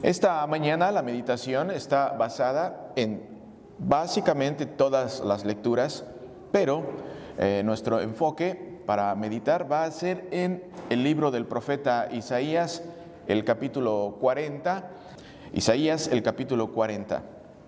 Esta mañana la meditación está basada en básicamente todas las lecturas, pero nuestro enfoque para meditar va a ser en el libro del profeta Isaías, el capítulo 40. Isaías, el capítulo 40.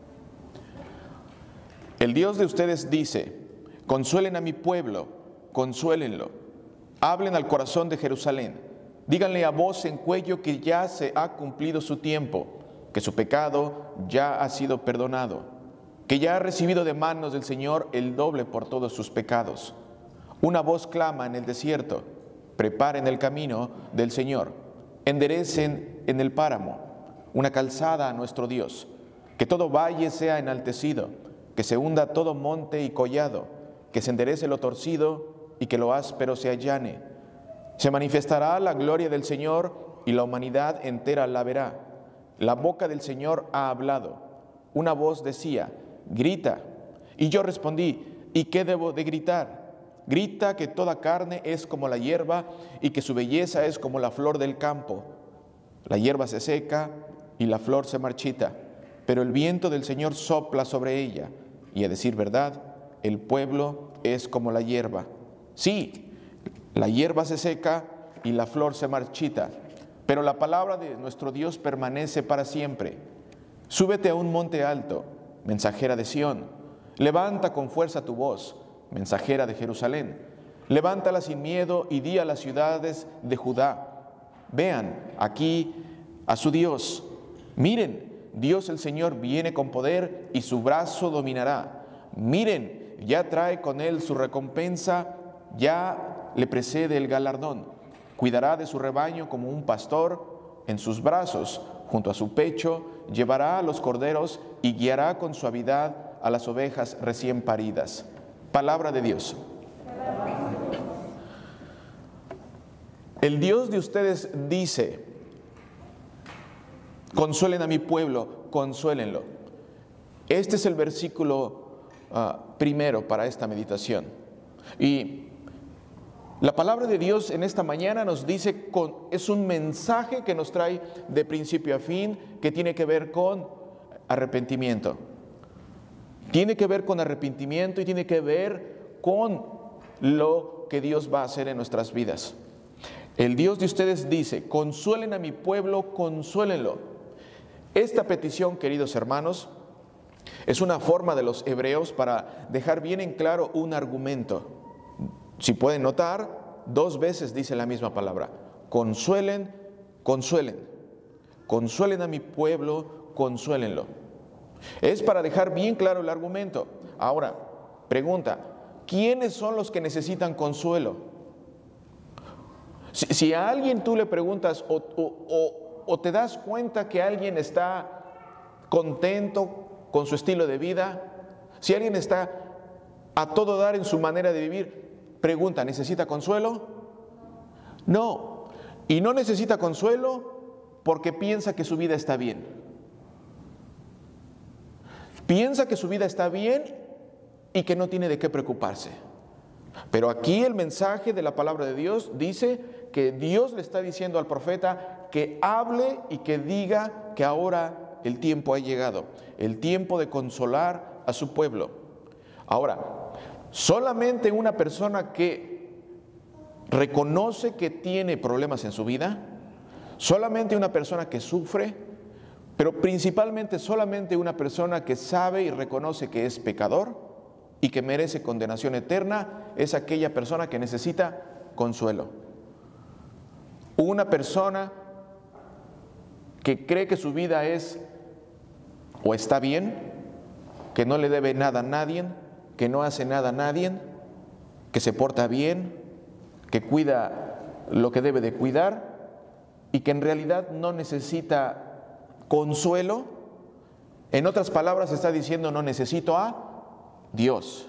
El Dios de ustedes dice: consuelen a mi pueblo, consuélenlo. Hablen al corazón de Jerusalén. Díganle a voz en cuello que ya se ha cumplido su tiempo, que su pecado ya ha sido perdonado, que ya ha recibido de manos del Señor el doble por todos sus pecados. Una voz clama en el desierto: preparen el camino del Señor, enderecen en el páramo una calzada a nuestro Dios. Que todo valle sea enaltecido, que se hunda todo monte y collado, que se enderece lo torcido y que lo áspero se allane. Se manifestará la gloria del Señor y la humanidad entera la verá. La boca del Señor ha hablado. Una voz decía: grita. Y yo respondí: ¿y qué debo de gritar? Grita que toda carne es como la hierba y que su belleza es como la flor del campo. La hierba se seca y la flor se marchita, pero el viento del Señor sopla sobre ella. Y a decir verdad, el pueblo es como la hierba. Sí, la hierba se seca y la flor se marchita, pero la palabra de nuestro Dios permanece para siempre. Súbete a un monte alto, mensajera de Sión. Levanta con fuerza tu voz, mensajera de Jerusalén. Levántala sin miedo y di a las ciudades de Judá: vean aquí a su Dios. Miren, Dios el Señor viene con poder y su brazo dominará. Miren, ya trae con él su recompensa, ya le precede el galardón. Cuidará de su rebaño como un pastor. En sus brazos, junto a su pecho, llevará a los corderos y guiará con suavidad a las ovejas recién paridas. Palabra de Dios. El Dios de ustedes dice: consuelen a mi pueblo, consuélenlo. Este es el versículo primero para esta meditación. Y la palabra de Dios en esta mañana nos dice, es un mensaje que nos trae de principio a fin, que tiene que ver con arrepentimiento. Tiene que ver con arrepentimiento y tiene que ver con lo que Dios va a hacer en nuestras vidas. El Dios de ustedes dice: consuelen a mi pueblo, consuélenlo. Esta petición, queridos hermanos, es una forma de los hebreos para dejar bien en claro un argumento. Si pueden notar, 2 veces dice la misma palabra: consuelen, consuelen. Consuelen a mi pueblo, consuélenlo. Es para dejar bien claro el argumento. Ahora, pregunta: ¿quiénes son los que necesitan consuelo? Si a alguien tú le preguntas o te das cuenta que alguien está contento con su estilo de vida, si alguien está a todo dar en su manera de vivir, pregunta: ¿necesita consuelo? No. Y no necesita consuelo porque piensa que su vida está bien. Piensa que su vida está bien y que no tiene de qué preocuparse. Pero aquí el mensaje de la palabra de Dios dice que Dios le está diciendo al profeta que hable y que diga que ahora el tiempo ha llegado, el tiempo de consolar a su pueblo. Ahora, solamente una persona que reconoce que tiene problemas en su vida, solamente una persona que sufre, pero principalmente solamente una persona que sabe y reconoce que es pecador y que merece condenación eterna, es aquella persona que necesita consuelo. Una persona que cree que su vida es o está bien, que no le debe nada a nadie, que no hace nada a nadie, que se porta bien, que cuida lo que debe de cuidar y que en realidad no necesita consuelo. En otras palabras, está diciendo: no necesito a Dios.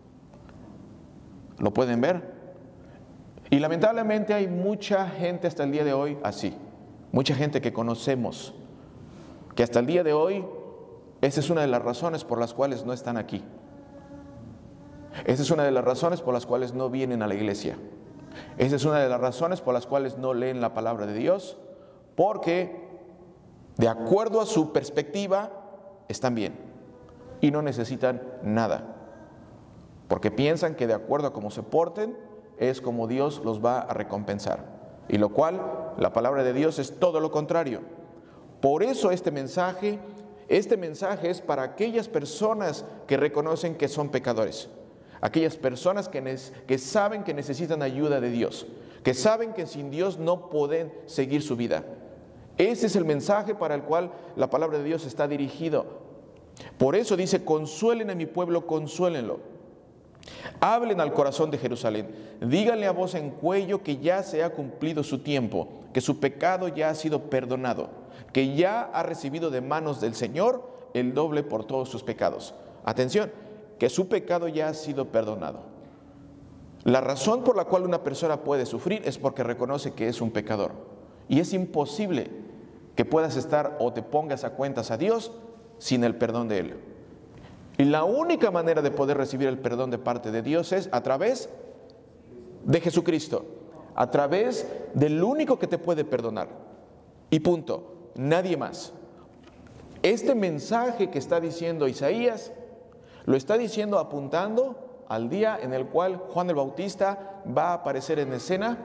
¿Lo pueden ver? Y lamentablemente hay mucha gente hasta el día de hoy así. Mucha gente que conocemos, que hasta el día de hoy, esa es una de las razones por las cuales no están aquí. Esa es una de las razones por las cuales no vienen a la iglesia. Esa es una de las razones por las cuales no leen la palabra de Dios, porque de acuerdo a su perspectiva, están bien y no necesitan nada, porque piensan que de acuerdo a cómo se porten, es como Dios los va a recompensar, y lo cual la palabra de Dios es todo lo contrario. Por eso este mensaje es para aquellas personas que reconocen que son pecadores, aquellas personas que saben que necesitan ayuda de Dios, que saben que sin Dios no pueden seguir su vida. Ese es el mensaje para el cual la palabra de Dios está dirigido. Por eso dice: consuelen a mi pueblo, consuélenlo. Hablen al corazón de Jerusalén, díganle a voz en cuello que ya se ha cumplido su tiempo, que su pecado ya ha sido perdonado, que ya ha recibido de manos del Señor el doble por todos sus pecados. Atención, que su pecado ya ha sido perdonado. La razón por la cual una persona puede sufrir es porque reconoce que es un pecador. Y es imposible que puedas estar o te pongas a cuentas a Dios sin el perdón de Él. Y la única manera de poder recibir el perdón de parte de Dios es a través de Jesucristo, a través del único que te puede perdonar. Y punto, nadie más. Este mensaje que está diciendo Isaías, lo está diciendo apuntando al día en el cual Juan el Bautista va a aparecer en escena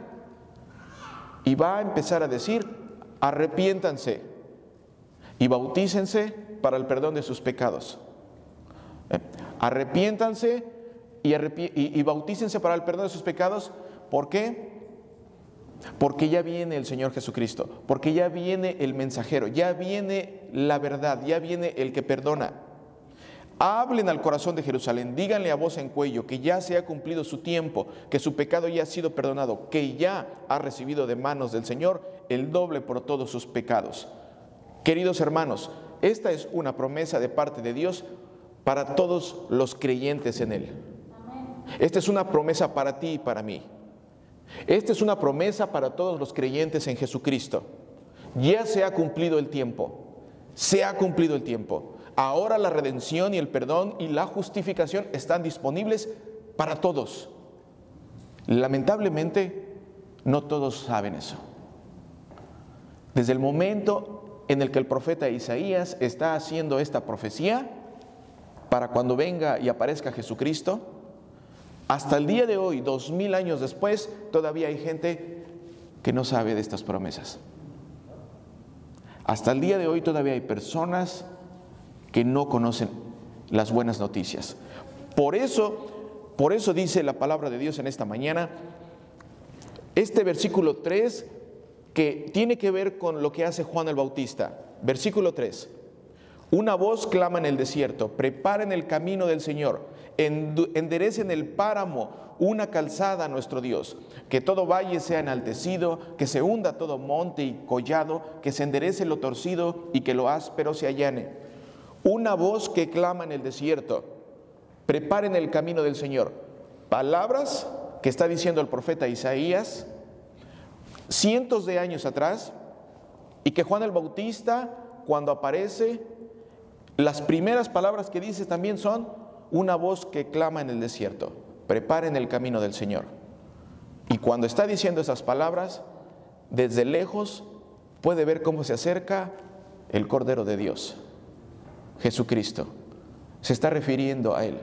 y va a empezar a decir: arrepiéntanse y bautícense para el perdón de sus pecados. Arrepiéntanse y bautícense para el perdón de sus pecados. ¿Por qué? Porque ya viene el Señor Jesucristo, porque ya viene el mensajero, ya viene la verdad, ya viene el que perdona. Hablen al corazón de Jerusalén, díganle a voz en cuello que ya se ha cumplido su tiempo, que su pecado ya ha sido perdonado, que ya ha recibido de manos del Señor el doble por todos sus pecados. Queridos hermanos, esta es una promesa de parte de Dios para todos los creyentes en Él. Esta es una promesa para ti y para mí. Esta es una promesa para todos los creyentes en Jesucristo. Ya se ha cumplido el tiempo. Se ha cumplido el tiempo. Ahora la redención y el perdón y la justificación están disponibles para todos. Lamentablemente, no todos saben eso. Desde el momento en el que el profeta Isaías está haciendo esta profecía, para cuando venga y aparezca Jesucristo, hasta el día de hoy, 2000 años después, todavía hay gente que no sabe de estas promesas. Hasta el día de hoy todavía hay personas que no conocen las buenas noticias. Por eso dice la palabra de Dios en esta mañana, este versículo 3, que tiene que ver con lo que hace Juan el Bautista. Versículo 3. Una voz clama en el desierto: preparen el camino del Señor, enderecen el páramo, una calzada a nuestro Dios. Que todo valle sea enaltecido, que se hunda todo monte y collado, que se enderece lo torcido y que lo áspero se allane. Una voz que clama en el desierto: preparen el camino del Señor. Palabras que está diciendo el profeta Isaías cientos de años atrás, y que Juan el Bautista, cuando aparece, las primeras palabras que dice también son: una voz que clama en el desierto, preparen el camino del Señor. Y cuando está diciendo esas palabras, desde lejos puede ver cómo se acerca el Cordero de Dios, Jesucristo. Se está refiriendo a Él.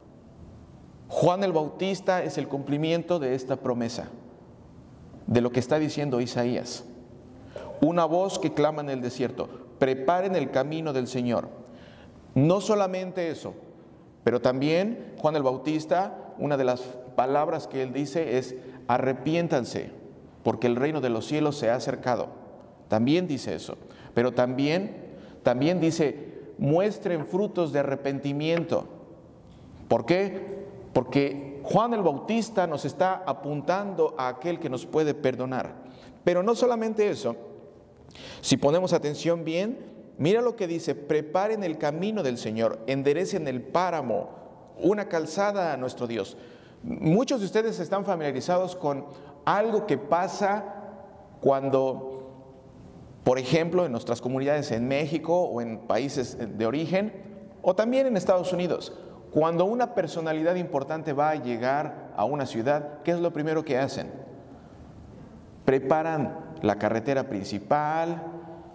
Juan el Bautista es el cumplimiento de esta promesa, de lo que está diciendo Isaías. Una voz que clama en el desierto: preparen el camino del Señor. No solamente eso, pero también Juan el Bautista, una de las palabras que él dice es: arrepiéntanse, porque el reino de los cielos se ha acercado. También dice eso, pero también dice: muestren frutos de arrepentimiento. ¿Por qué? Porque Juan el Bautista nos está apuntando a aquel que nos puede perdonar. Pero no solamente eso, si ponemos atención bien, mira lo que dice: preparen el camino del Señor, enderecen el páramo, una calzada a nuestro Dios. Muchos de ustedes están familiarizados con algo que pasa cuando, por ejemplo, en nuestras comunidades en México o en países de origen, o también en Estados Unidos, cuando una personalidad importante va a llegar a una ciudad, ¿qué es lo primero que hacen? Preparan la carretera principal,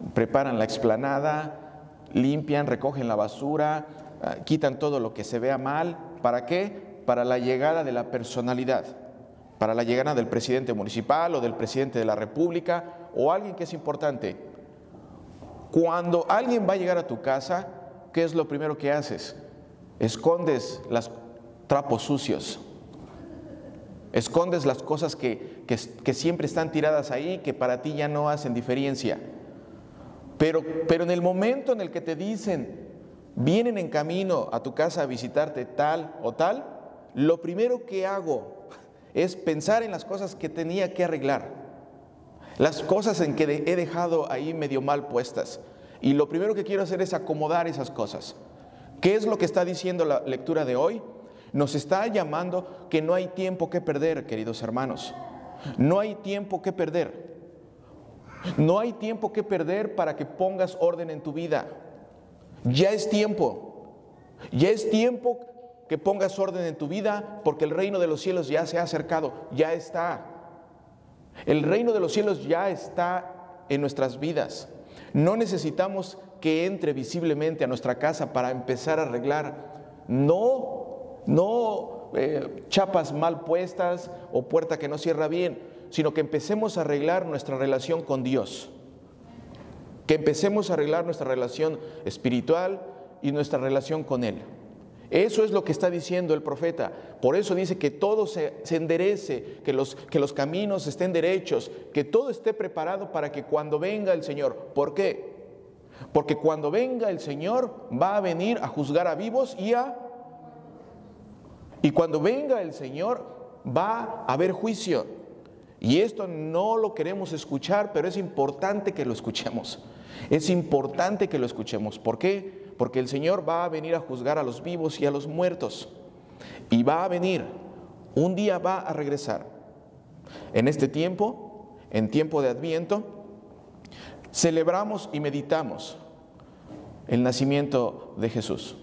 preparan la explanada, limpian, recogen la basura, quitan todo lo que se vea mal. ¿Para qué? Para la llegada de la personalidad, para la llegada del presidente municipal o del presidente de la república o alguien que es importante. Cuando alguien va a llegar a tu casa, ¿qué es lo primero que haces? Escondes los trapos sucios, escondes las cosas que siempre están tiradas ahí, que para ti ya no hacen diferencia. Pero en el momento en el que te dicen, vienen en camino a tu casa a visitarte tal o tal, lo primero que hago es pensar en las cosas que tenía que arreglar, las cosas en que he dejado ahí medio mal puestas. Y lo primero que quiero hacer es acomodar esas cosas. ¿Qué es lo que está diciendo la lectura de hoy? Nos está llamando que no hay tiempo que perder, queridos hermanos. No hay tiempo que perder. No hay tiempo que perder para que pongas orden en tu vida. Ya es tiempo. Ya es tiempo que pongas orden en tu vida, porque el reino de los cielos ya se ha acercado, ya está. El reino de los cielos ya está en nuestras vidas. No necesitamos que entre visiblemente a nuestra casa para empezar a arreglar. No chapas mal puestas o puerta que no cierra bien, sino que empecemos a arreglar nuestra relación con Dios. Que empecemos a arreglar nuestra relación espiritual y nuestra relación con Él. Eso es lo que está diciendo el profeta. Por eso dice que todo se enderece, que los caminos estén derechos, que todo esté preparado para que cuando venga el Señor. ¿Por qué? Porque cuando venga el Señor va a venir a juzgar a vivos y cuando venga el Señor va a haber juicio. Y esto no lo queremos escuchar, pero es importante que lo escuchemos. Es importante que lo escuchemos. ¿Por qué? Porque el Señor va a venir a juzgar a los vivos y a los muertos. Y va a venir, un día va a regresar. En este tiempo, en tiempo de Adviento, celebramos y meditamos el nacimiento de Jesús.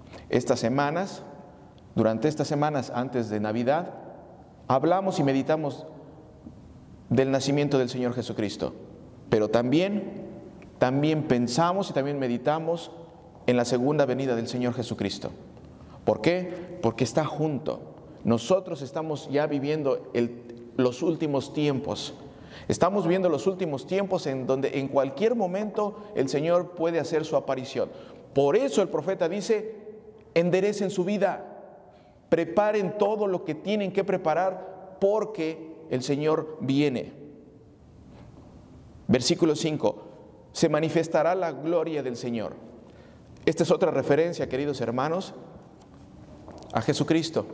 Durante estas semanas antes de Navidad, hablamos y meditamos del nacimiento del Señor Jesucristo. Pero también pensamos y también meditamos en la segunda venida del Señor Jesucristo. ¿Por qué? Porque está junto. Nosotros estamos ya viviendo los últimos tiempos. Estamos viendo los últimos tiempos en donde en cualquier momento el Señor puede hacer su aparición. Por eso el profeta dice, enderecen su vida, preparen todo lo que tienen que preparar porque el Señor viene. Versículo 5, se manifestará la gloria del Señor. Esta es otra referencia, queridos hermanos, a Jesucristo.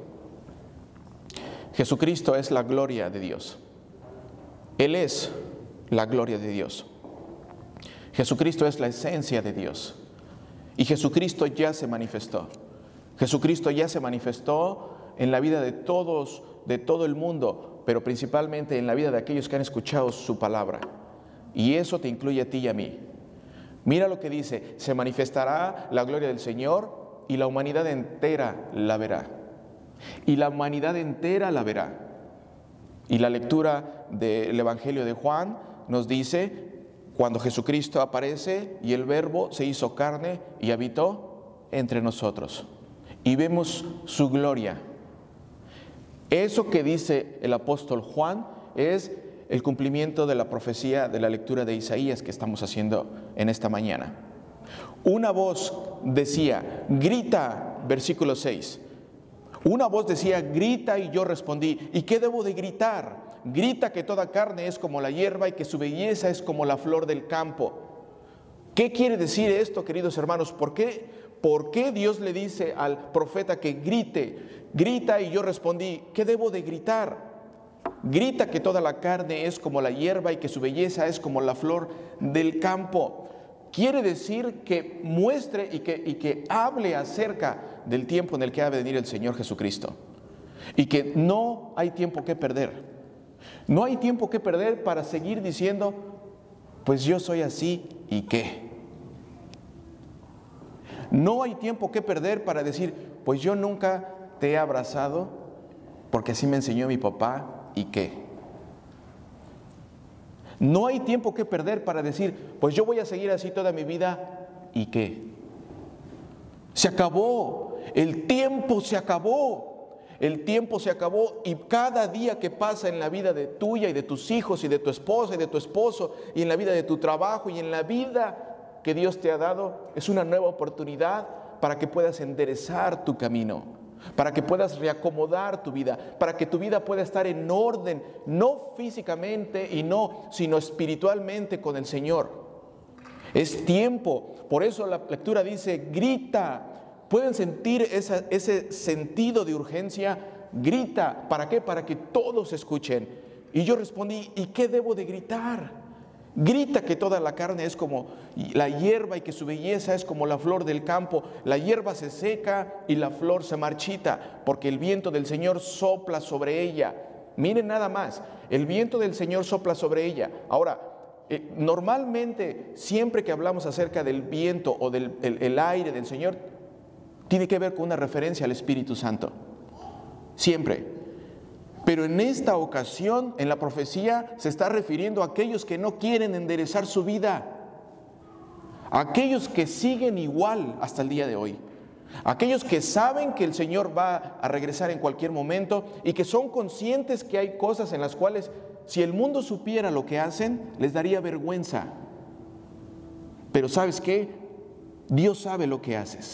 Jesucristo es la gloria de Dios. Él es la gloria de Dios. Jesucristo es la esencia de Dios. Y Jesucristo ya se manifestó. Jesucristo ya se manifestó en la vida de todos, de todo el mundo, pero principalmente en la vida de aquellos que han escuchado su palabra. Y eso te incluye a ti y a mí. Mira lo que dice, se manifestará la gloria del Señor y la humanidad entera la verá. Y la humanidad entera la verá. Y la lectura del Evangelio de Juan nos dice, cuando Jesucristo aparece y el Verbo se hizo carne y habitó entre nosotros. Y vemos su gloria. Eso que dice el apóstol Juan es el cumplimiento de la profecía de la lectura de Isaías que estamos haciendo en esta mañana. Una voz decía, grita, versículo 6. Una voz decía, grita, y yo respondí, ¿y qué debo de gritar? Grita que toda carne es como la hierba y que su belleza es como la flor del campo. ¿Qué quiere decir esto, queridos hermanos? ¿Por qué Dios le dice al profeta que grite? Grita, y yo respondí, ¿qué debo de gritar? Grita que toda la carne es como la hierba y que su belleza es como la flor del campo. Quiere decir que muestre y que hable acerca del tiempo en el que ha de venir el Señor Jesucristo. Y que no hay tiempo que perder. No hay tiempo que perder para seguir diciendo, pues yo soy así y qué. No hay tiempo que perder para decir, pues yo nunca te he abrazado porque así me enseñó mi papá y qué. No hay tiempo que perder para decir, pues yo voy a seguir así toda mi vida. ¿Y qué? Se acabó. El tiempo se acabó. El tiempo se acabó y cada día que pasa en la vida de tuya y de tus hijos y de tu esposa y de tu esposo y en la vida de tu trabajo y en la vida que Dios te ha dado es una nueva oportunidad para que puedas enderezar tu camino, para que puedas reacomodar tu vida, para que tu vida pueda estar en orden, no físicamente sino espiritualmente con el Señor. Es tiempo. Por eso la lectura dice, grita. ¿Pueden sentir ese sentido de urgencia? Grita. ¿Para qué? Para que todos escuchen. Y yo respondí, ¿y qué debo de gritar? Grita que toda la carne es como la hierba y que su belleza es como la flor del campo. La hierba se seca y la flor se marchita, porque el viento del Señor sopla sobre ella. Miren nada más, el viento del Señor sopla sobre ella. Ahora, normalmente, siempre que hablamos acerca del viento o del aire del Señor, tiene que ver con una referencia al Espíritu Santo. Siempre. Pero en esta ocasión, en la profecía, se está refiriendo a aquellos que no quieren enderezar su vida. A aquellos que siguen igual hasta el día de hoy. Aquellos que saben que el Señor va a regresar en cualquier momento y que son conscientes que hay cosas en las cuales, si el mundo supiera lo que hacen, les daría vergüenza. Pero ¿sabes qué? Dios sabe lo que haces.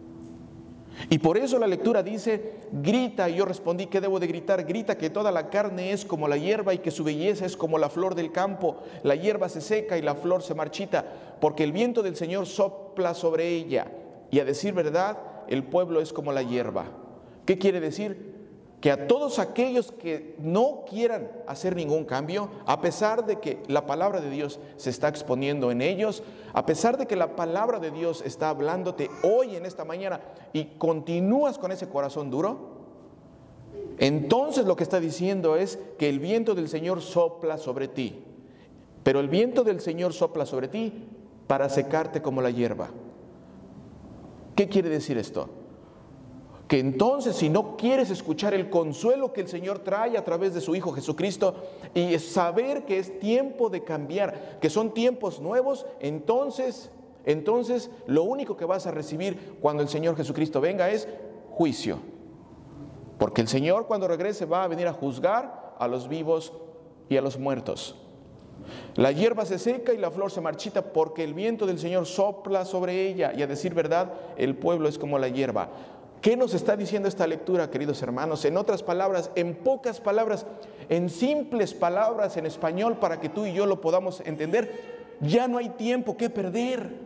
Y por eso la lectura dice, grita. Y yo respondí, ¿qué debo de gritar? Grita que toda la carne es como la hierba y que su belleza es como la flor del campo. La hierba se seca y la flor se marchita, porque el viento del Señor sopla sobre ella. Y a decir verdad, el pueblo es como la hierba. ¿Qué quiere decir? Que a todos aquellos que no quieran hacer ningún cambio, a pesar de que la palabra de Dios se está exponiendo en ellos, a pesar de que la palabra de Dios está hablándote hoy en esta mañana y continúas con ese corazón duro, entonces lo que está diciendo es que el viento del Señor sopla sobre ti. Pero el viento del Señor sopla sobre ti para secarte como la hierba. ¿Qué quiere decir esto? Que entonces, si no quieres escuchar el consuelo que el Señor trae a través de su Hijo Jesucristo y saber que es tiempo de cambiar, que son tiempos nuevos, entonces lo único que vas a recibir cuando el Señor Jesucristo venga es juicio. Porque el Señor, cuando regrese, va a venir a juzgar a los vivos y a los muertos. La hierba se seca y la flor se marchita, porque el viento del Señor sopla sobre ella, y a decir verdad, el pueblo es como la hierba. ¿Qué nos está diciendo esta lectura, queridos hermanos? En otras palabras, en pocas palabras, en simples palabras en español, para que tú y yo lo podamos entender, ya no hay tiempo que perder.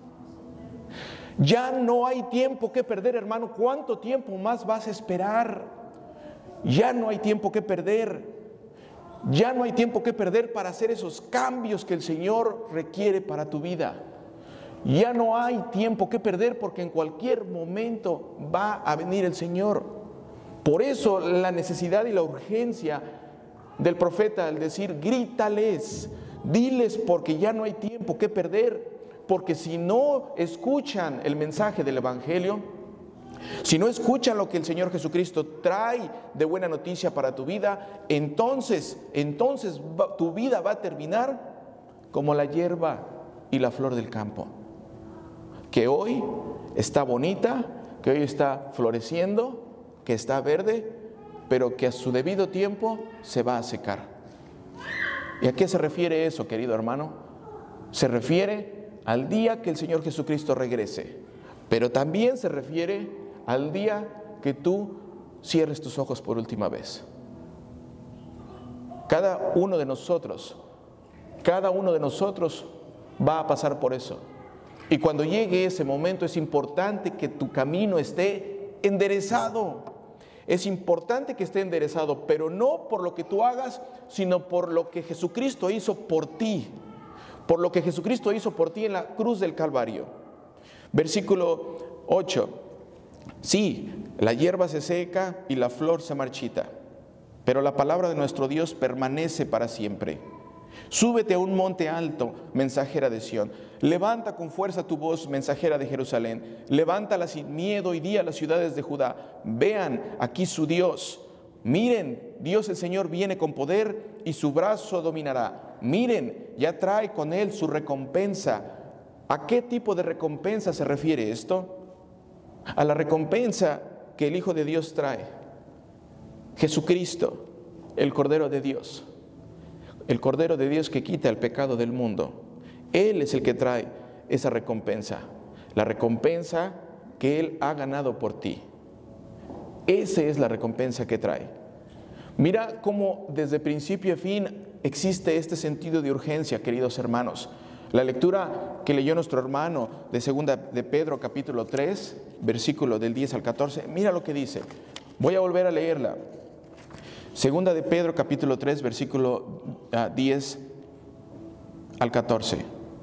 Ya no hay tiempo que perder, hermano. ¿Cuánto tiempo más vas a esperar? Ya no hay tiempo que perder. Ya no hay tiempo que perder para hacer esos cambios que el Señor requiere para tu vida. Ya no hay tiempo que perder, porque en cualquier momento va a venir el Señor. Por eso la necesidad y la urgencia del profeta al decir, grítales, diles, porque ya no hay tiempo que perder. Porque si no escuchan el mensaje del Evangelio, si no escuchan lo que el Señor Jesucristo trae de buena noticia para tu vida, entonces tu vida va a terminar como la hierba y la flor del campo, que hoy está bonita, que hoy está floreciendo, que está verde, pero que a su debido tiempo se va a secar. ¿Y a qué se refiere eso, querido hermano? Se refiere al día que el Señor Jesucristo regrese, pero también se refiere al día que tú cierres tus ojos por última vez. Cada uno de nosotros va a pasar por eso. Y cuando llegue ese momento es importante que tu camino esté enderezado. Es importante que esté enderezado, pero no por lo que tú hagas, sino por lo que Jesucristo hizo por ti. Por lo que Jesucristo hizo por ti en la cruz del Calvario. Versículo 8. Sí, la hierba se seca y la flor se marchita, pero la palabra de nuestro Dios permanece para siempre. Súbete a un monte alto, mensajera de Sión. Levanta con fuerza tu voz, mensajera de Jerusalén. Levántala sin miedo y di a las ciudades de Judá: vean aquí su Dios. Miren, Dios el Señor viene con poder y su brazo dominará. Miren, ya trae con él su recompensa. ¿A qué tipo de recompensa se refiere esto? A la recompensa que el Hijo de Dios trae. Jesucristo, el Cordero de Dios. El Cordero de Dios que quita el pecado del mundo. Él es el que trae esa recompensa. La recompensa que Él ha ganado por ti. Esa es la recompensa que trae. Mira cómo desde principio a fin existe este sentido de urgencia, queridos hermanos. La lectura que leyó nuestro hermano de segunda de Pedro capítulo 3, versículo del 10 al 14, mira lo que dice. Voy a volver a leerla. Segunda de Pedro capítulo 3, versículo 10 al 14.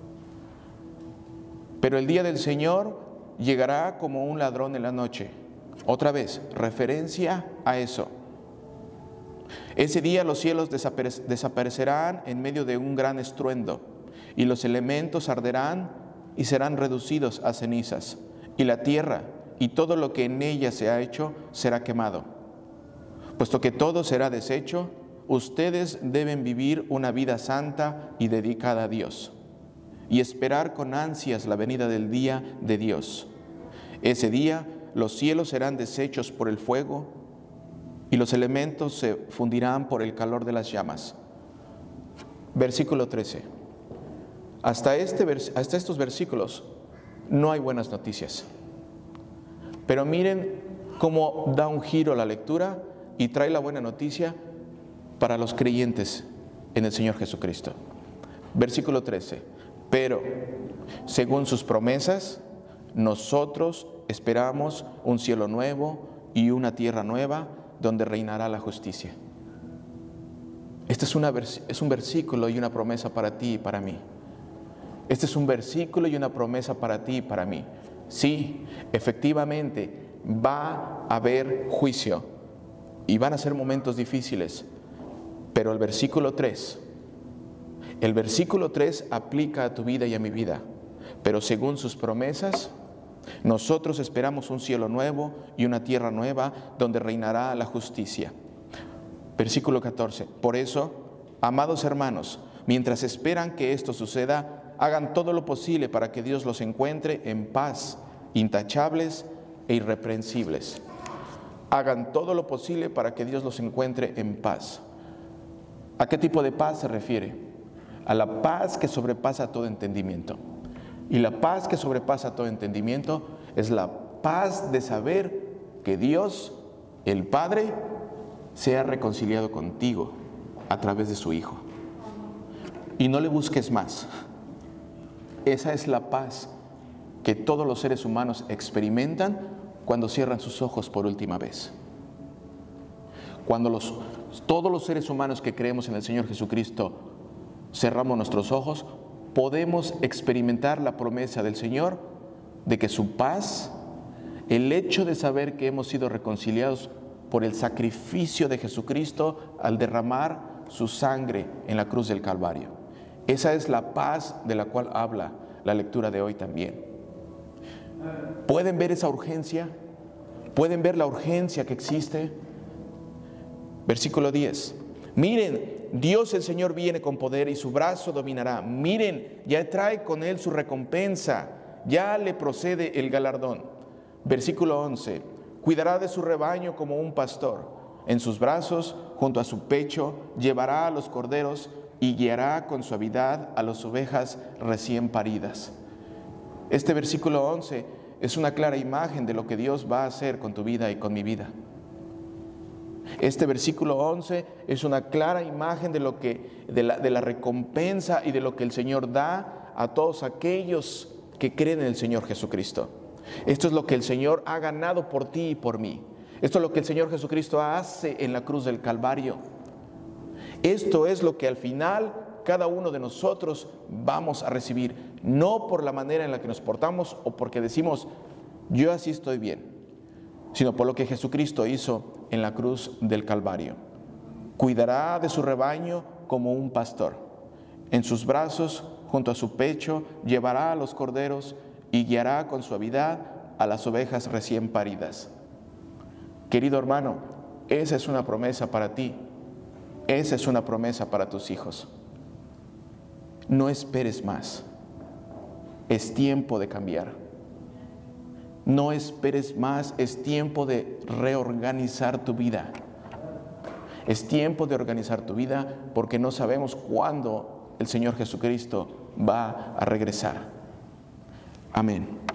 Pero el día del Señor llegará como un ladrón en la noche. Otra vez, referencia a eso. Ese día los cielos desaparecerán en medio de un gran estruendo, y los elementos arderán y serán reducidos a cenizas, y la tierra y todo lo que en ella se ha hecho será quemado. Puesto que todo será deshecho, ustedes deben vivir una vida santa y dedicada a Dios, y esperar con ansias la venida del día de Dios. Ese día los cielos serán deshechos por el fuego, y los elementos se fundirán por el calor de las llamas. Versículo 13. Hasta estos versículos no hay buenas noticias. Pero miren cómo da un giro la lectura y trae la buena noticia para los creyentes en el Señor Jesucristo. Versículo 13. Pero, según sus promesas, nosotros esperamos un cielo nuevo y una tierra nueva donde reinará la justicia. Este es un versículo y una promesa para ti y para mí. Este es un versículo y una promesa para ti y para mí. Sí, efectivamente, va a haber juicio y van a ser momentos difíciles, pero el versículo 3 aplica a tu vida y a mi vida. Pero según sus promesas, nosotros esperamos un cielo nuevo y una tierra nueva donde reinará la justicia. Versículo 14. Por eso, amados hermanos, mientras esperan que esto suceda, hagan todo lo posible para que Dios los encuentre en paz, intachables e irreprensibles. Hagan todo lo posible para que Dios los encuentre en paz. ¿A qué tipo de paz se refiere? A la paz que sobrepasa todo entendimiento. Y la paz que sobrepasa todo entendimiento es la paz de saber que Dios, el Padre, se ha reconciliado contigo a través de su Hijo. Y no le busques más. Esa es la paz que todos los seres humanos experimentan cuando cierran sus ojos por última vez. Cuando todos los seres humanos que creemos en el Señor Jesucristo cerramos nuestros ojos, podemos experimentar la promesa del Señor de que su paz, el hecho de saber que hemos sido reconciliados por el sacrificio de Jesucristo al derramar su sangre en la cruz del Calvario. Esa es la paz de la cual habla la lectura de hoy también. ¿Pueden ver esa urgencia? ¿Pueden ver la urgencia que existe? Versículo 10. Miren, Dios el Señor viene con poder y su brazo dominará. Miren, ya trae con él su recompensa, ya le procede el galardón. Versículo 11. Cuidará de su rebaño como un pastor. En sus brazos, junto a su pecho, llevará a los corderos y guiará con suavidad a las ovejas recién paridas. Este versículo 11 es una clara imagen de lo que Dios va a hacer con tu vida y con mi vida. Este versículo 11 es una clara imagen de la recompensa y de lo que el Señor da a todos aquellos que creen en el Señor Jesucristo. Esto es lo que el Señor ha ganado por ti y por mí. Esto es lo que el Señor Jesucristo hace en la cruz del Calvario. Esto es lo que al final cada uno de nosotros vamos a recibir, no por la manera en la que nos portamos o porque decimos, yo así estoy bien, sino por lo que Jesucristo hizo en la cruz del Calvario. Cuidará de su rebaño como un pastor. En sus brazos, junto a su pecho, llevará a los corderos y guiará con suavidad a las ovejas recién paridas. Querido hermano, esa es una promesa para ti. Esa es una promesa para tus hijos. No esperes más. Es tiempo de cambiar. No esperes más, es tiempo de reorganizar tu vida. Es tiempo de organizar tu vida porque no sabemos cuándo el Señor Jesucristo va a regresar. Amén.